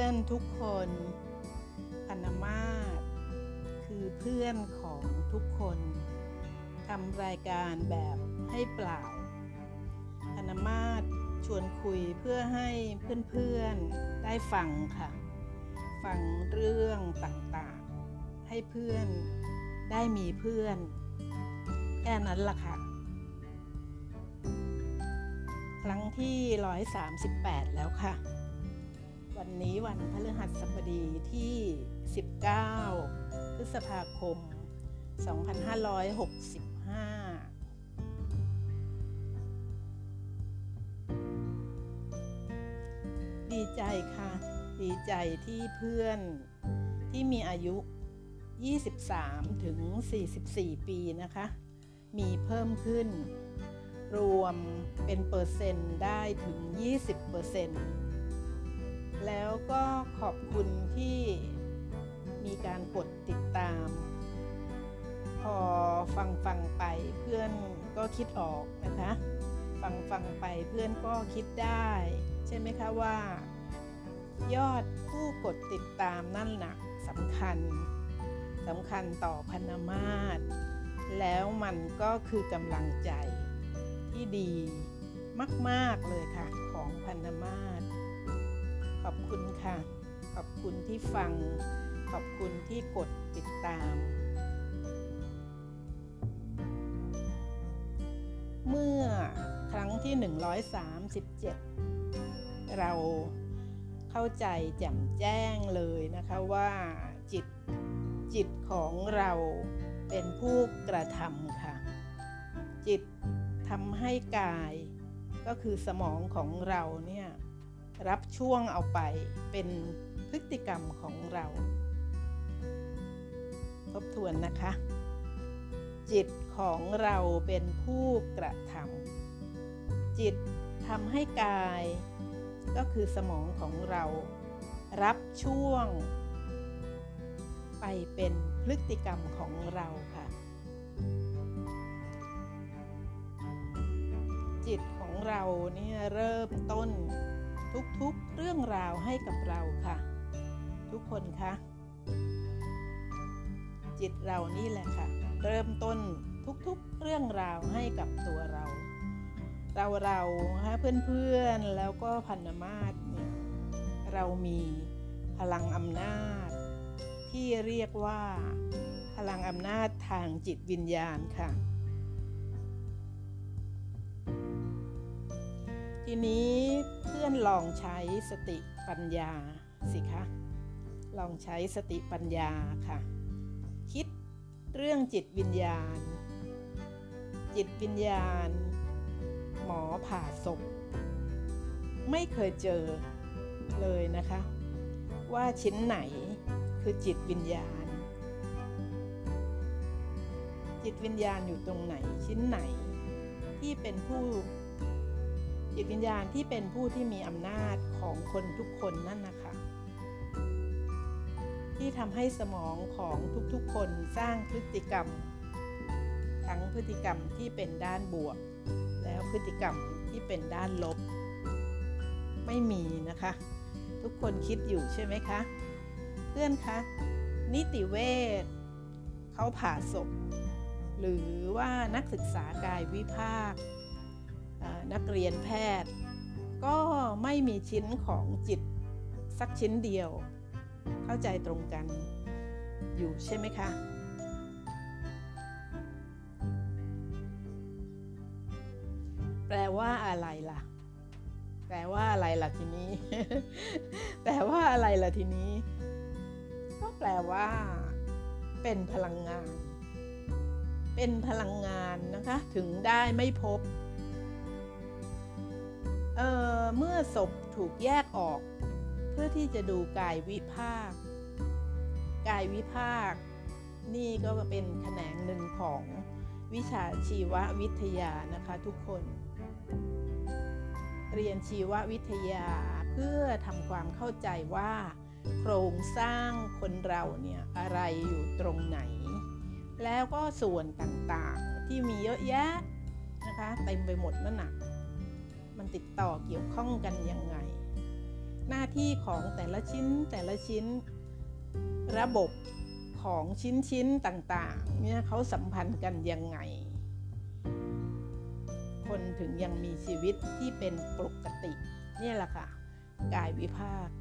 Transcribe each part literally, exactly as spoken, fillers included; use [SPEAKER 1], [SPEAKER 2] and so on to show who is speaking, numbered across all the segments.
[SPEAKER 1] อนๆทุกคนพนมาศคือเพื่อนของทุกคนทำรายการแบบให้เปล่าพนมาศชวนคุยเพื่อให้เพื่อนๆได้ฟังค่ะฟังเรื่องต่างๆให้เพื่อนได้มีเพื่อนแค่นั้นล่ะค่ะครั้งที่หนึ่งร้อยสามสิบแปดแล้วค่ะวันนี้วันพฤหัสบดีที่สิบเก้าพฤษภาคมสองพันห้าร้อยหกสิบห้าดีใจค่ะดีใจที่เพื่อนที่มีอายุยี่สิบสามถึงสี่สิบสี่ปีนะคะมีเพิ่มขึ้นรวมเป็นเปอร์เซ็นต์ได้ถึง ยี่สิบเปอร์เซ็นต์ แล้วก็ขอบคุณที่มีการกดติดตามพอฟังฟังไปเพื่อนก็คิดออกนะคะฟังฟังไปเพื่อนก็คิดได้ใช่ไหมคะว่ายอดผู้กดติดตามนั่นหนักสำคัญสำคัญต่อพนมาศแล้วมันก็คือกำลังใจที่ดีมากๆเลยค่ะของพนมาศขอบคุณค่ะขอบคุณที่ฟังขอบคุณที่กดติดตามเมื่อครั้งที่หนึ่งร้อยสามสิบเจ็ดเราเข้าใจแจ่มแจ้งเลยนะคะว่าจิตจิตของเราเป็นผู้กระทำค่ะจิตทำให้กายก็คือสมองของเราเนี่ยรับช่วงเอาไปเป็นพฤติกรรมของเราทบทวนนะคะจิตของเราเป็นผู้กระทำจิตทำให้กายก็คือสมองของเรารับช่วงไปเป็นพฤติกรรมของเราค่ะจิตของเราเนี่ยเริ่มต้นทุกๆเรื่องราวให้กับเราค่ะทุกคนคะจิตเรานี่แหละค่ะเริ่มต้นทุกๆเรื่องราวให้กับตัวเราเราเราฮะเพื่อนๆแล้วก็พนมาศเนี่ยเรามีพลังอำนาจที่เรียกว่าพลังอำนาจทางจิตวิญญาณค่ะทีนี้เพื่อนลองใช้สติปัญญาสิคะลองใช้สติปัญญาค่ะคิดเรื่องจิตวิญญาณจิตวิญญาณหมอผ่าศพไม่เคยเจอเลยนะคะว่าชิ้นไหนคือจิตวิญญาณจิตวิญญาณอยู่ตรงไหนชิ้นไหนที่เป็นผู้จิตวิญญาณที่เป็นผู้ที่มีอำนาจของคนทุกคนนั่นนะคะที่ทำให้สมองของทุกๆคนสร้างพฤติกรรมทั้งพฤติกรรมที่เป็นด้านบวกแล้วพฤติกรรมที่เป็นด้านลบไม่มีนะคะทุกคนคิดอยู่ใช่ไหมคะเพื่อนคะนิติเวชเขาผ่าศพหรือว่านักศึกษากายวิภาคนักเรียนแพทย์ก็ไม่มีชิ้นของจิตสักชิ้นเดียวเข้าใจตรงกันอยู่ใช่ไหมคะแปลว่าอะไรล่ะแปลว่าอะไรล่ะทีนี้ แปลว่าอะไรล่ะทีนี้ก็แปลว่าเป็นพลังงานเป็นพลังงานนะคะถึงได้ไม่พบเอ่อเมื่อศพถูกแยกออกเพื่อที่จะดูกายวิภาคกายวิภาคนี่ก็เป็นแขนงหนึ่งของวิชาชีววิทยานะคะทุกคนเรียนชีววิทยาเพื่อทำความเข้าใจว่าโครงสร้างคนเราเนี่ยอะไรอยู่ตรงไหนแล้วก็ส่วนต่างๆที่มีเยอะแยะนะคะเต็มไปหมดนั่นน่ะมันติดต่อเกี่ยวข้องกันยังไงหน้าที่ของแต่ละชิ้นแต่ละชิ้นระบบของชิ้นๆต่างๆเนี่ยเขาสัมพันธ์กันยังไงคนถึงยังมีชีวิตที่เป็นปกตินี่แหละค่ะกายวิภาค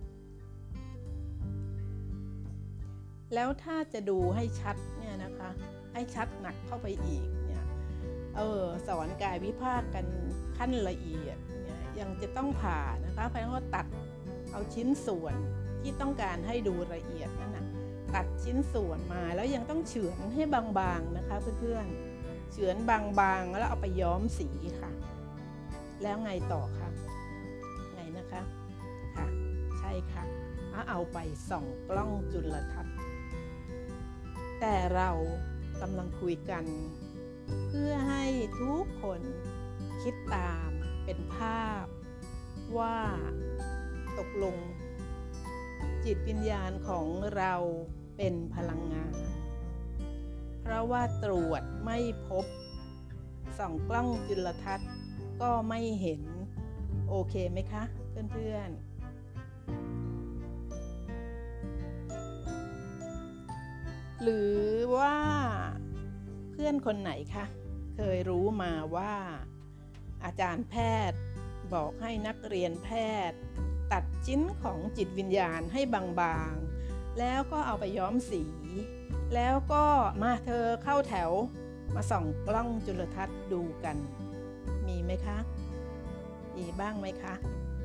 [SPEAKER 1] แล้วถ้าจะดูให้ชัดเนี่ยนะคะให้ชัดหนักเข้าไปอีกเนี่ยเออสอนกายวิภาคกันขั้นละเอียดเนี่ยยังจะต้องผ่านะคะเพราะว่าตัดเอาชิ้นส่วนที่ต้องการให้ดูละเอียดนั่นนะตัดชิ้นส่วนมาแล้วยังต้องเฉือนให้บางๆนะคะเพื่อนๆเฉือนบางๆแล้วเอาไปย้อมสีค่ะแล้วไงต่อคะไงนะคะค่ะใช่ค่ะเอาไปส่องกล้องจุลทรรศน์แต่เรากำลังคุยกันเพื่อให้ทุกคนคิดตามเป็นภาพว่าตกลงจิตวิญญาณของเราเป็นพลังงานเพราะว่าตรวจไม่พบส่องกล้องจุลทรรศน์ก็ไม่เห็นโอเคไหมคะเพื่อนๆหรือว่าเพื่อนคนไหนคะเคยรู้มาว่าอาจารย์แพทย์บอกให้นักเรียนแพทย์ตัดชิ้นของจิตวิญญาณให้บางๆแล้วก็เอาไปย้อมสีแล้วก็มาเธอเข้าแถวมาส่องกล้องจุลทรรศน์ดูกันมีไหมคะมีบ้างไหมคะ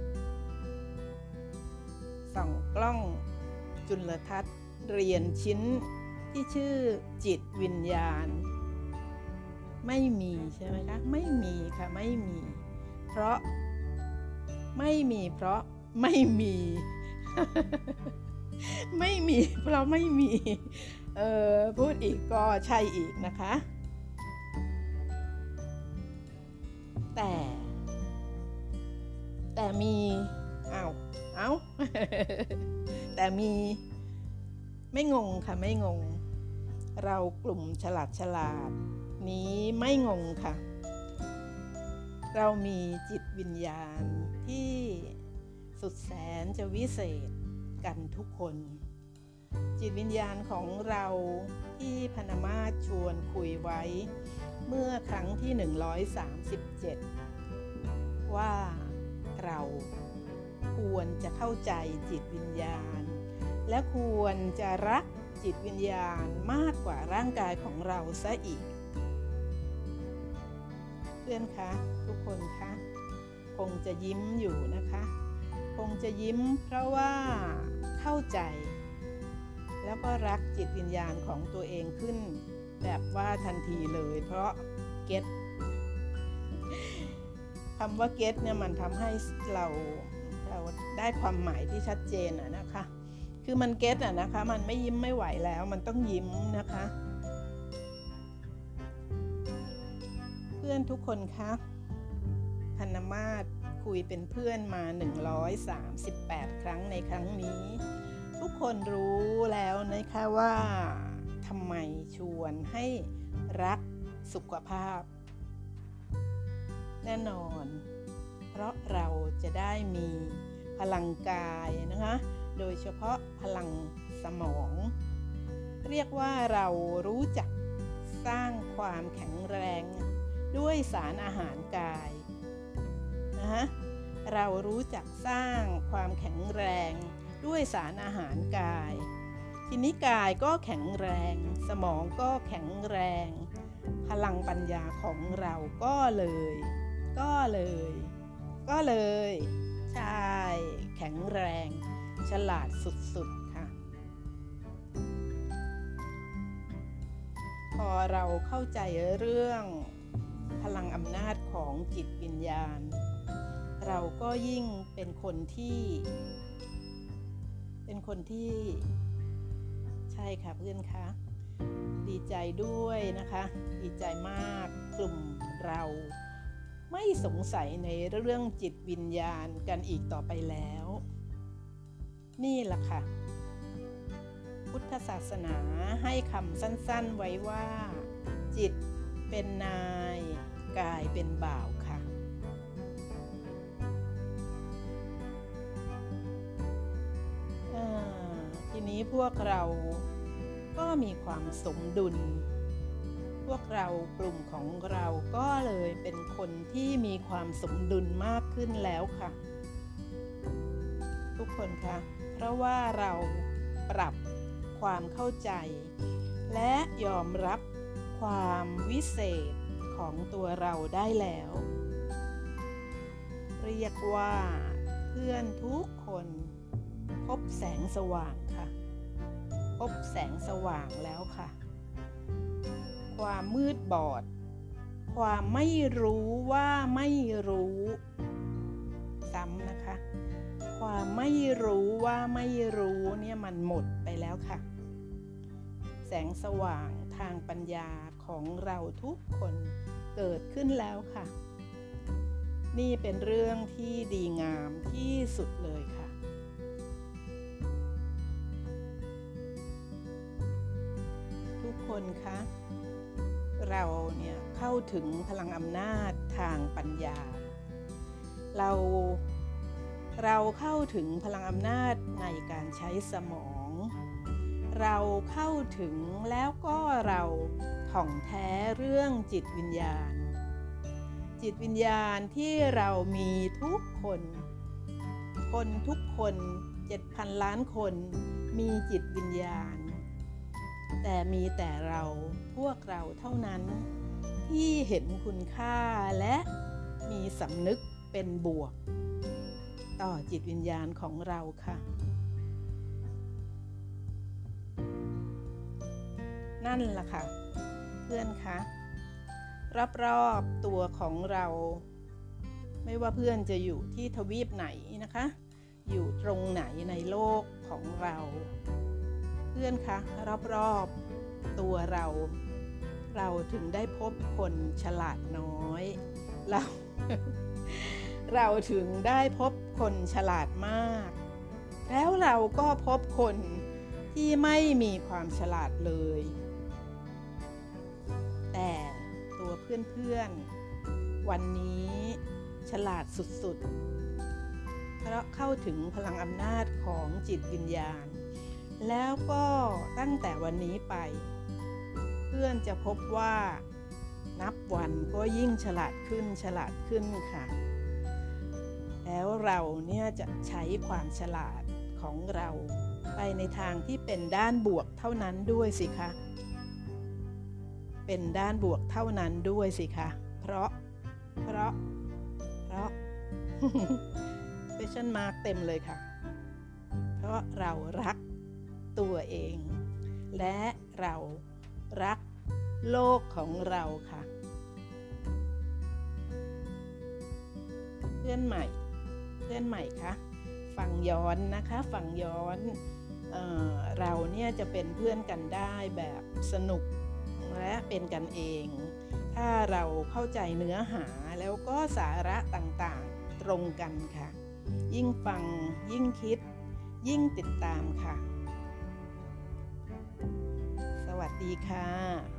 [SPEAKER 1] ส่องกล้องจุลทรรศน์เรียนชิ้นที่ชื่อจิตวิญญาณไม่มีใช่ไหมคะไม่มีค่ะไม่มีเพราะไม่มีเพราะไม่มี ไม่มีเพราะไม่มีเออพูดอีกก็ใช่อีกนะคะแต่แต่มีอ้าวเอ้า แต่มีไม่งงค่ะไม่งงเรากลุ่มฉลาดฉลาดนี้ไม่งงค่ะเรามีจิตวิญญาณที่สุดแสนจะวิเศษกันทุกคนจิตวิญญาณของเราที่พนมาศชวนคุยไว้เมื่อครั้งที่หนึ่งร้อยสามสิบเจ็ดว่าเราควรจะเข้าใจจิตวิญญาณและควรจะรักจิตวิญญาณมากกว่าร่างกายของเราซะอีกเพื่อนคะทุกคนคะคงจะยิ้มอยู่นะคะคงจะยิ้มเพราะว่าเข้าใจแล้วก็รักจิตวิญญาณของตัวเองขึ้นแบบว่าทันทีเลยเพราะเก็ตคำว่าเก็ตเนี่ยมันทำให้เราเราได้ความหมายที่ชัดเจนอะนะคะคือมันเก็ตอะนะคะมันไม่ยิ้มไม่ไหวแล้วมันต้องยิ้มนะคะเพื่อนทุกคนคะพนมาศคุยเป็นเพื่อนมาหนึ่งร้อยสามสิบแปดครั้งในครั้งนี้ทุกคนรู้แล้วนะคะว่าทำไมชวนให้รักสุขภาพแน่นอนเพราะเราจะได้มีพลังกายนะคะโดยเฉพาะพลังสมองเรียกว่าเรารู้จักสร้างความแข็งแรงด้วยสารอาหารกายนะคะเรารู้จักสร้างความแข็งแรงด้วยสารอาหารกายทีนี้กายก็แข็งแรงสมองก็แข็งแรงพลังปัญญาของเราก็เลยก็เลยก็เลยใช่แข็งแรงฉลาดสุดๆค่ะพอเราเข้าใจเรื่องพลังอำนาจของจิตวิญญาณเราก็ยิ่งเป็นคนที่เป็นคนที่ใช่ค่ะเพื่อนคะดีใจด้วยนะคะดีใจมากกลุ่มเราไม่สงสัยในเรื่องจิตวิญญาณกันอีกต่อไปแล้วนี่แหละค่ะพุทธศาสนาให้คำสั้นๆไว้ว่าจิตเป็นนายกายเป็นบ่าวค่ะทีนี้พวกเราก็มีความสมดุลพวกเรากลุ่มของเราก็เลยเป็นคนที่มีความสมดุลมากขึ้นแล้วค่ะทุกคนคะเพราะว่าเราปรับความเข้าใจและยอมรับความวิเศษของตัวเราได้แล้วเรียกว่าเพื่อนทุกคนพบแสงสว่างค่ะพบแสงสว่างแล้วค่ะความมืดบอดความไม่รู้ว่าไม่รู้ซ้ำนะคะความไม่รู้ว่าไม่รู้เนี่ยมันหมดไปแล้วค่ะแสงสว่างทางปัญญาของเราทุกคนเกิดขึ้นแล้วค่ะนี่เป็นเรื่องที่ดีงามที่สุดเลยค่ะทุกคนคะเราเนี่ยเข้าถึงพลังอำนาจทางปัญญาเราเราเข้าถึงพลังอำนาจในการใช้สมองเราเข้าถึงแล้วก็เราถ่องแท้เรื่องจิตวิญญาณจิตวิญญาณที่เรามีทุกคนคนทุกคน เจ็ดพัน ล้านคนมีจิตวิญญาณแต่มีแต่เราพวกเราเท่านั้นที่เห็นคุณค่าและมีสำนึกเป็นบวกต่อจิตวิญญาณของเราค่ะนั่นล่ะค่ะเพื่อนคะรอบๆตัวของเราไม่ว่าเพื่อนจะอยู่ที่ทวีปไหนนะคะอยู่ตรงไหนในโลกของเราเพื่อนคะรอบๆตัวเราเราถึงได้พบคนฉลาดน้อยเรา เราถึงได้พบคนฉลาดมากแล้วเราก็พบคนที่ไม่มีความฉลาดเลยแต่ตัวเพื่อนๆวันนี้ฉลาดสุดๆเพราะเข้าถึงพลังอำนาจของจิตวิญญาณแล้วก็ตั้งแต่วันนี้ไปเพื่อนจะพบว่านับวันก็ยิ่งฉลาดขึ้นฉลาดขึ้นค่ะแล้วเราเนี่ยจะใช้ความฉลาดของเราไปในทางที่เป็นด้านบวกเท่านั้นด้วยสิคะเป็นด้านบวกเท่านั้นด้วยสิคะเพราะเพราะเพราะ question mark เต็มเลยค่ะเพราะเรารักตัวเองและเรารักโลกของเราค่ะเพื่อนใหม่เพื่อนใหม่คะฟังย้อนนะคะฟังย้อนเอ่อเราเนี่ยจะเป็นเพื่อนกันได้แบบสนุกและเป็นกันเองถ้าเราเข้าใจเนื้อหาแล้วก็สาระต่างๆตรงกันค่ะยิ่งฟังยิ่งคิดยิ่งติดตามค่ะสวัสดีค่ะ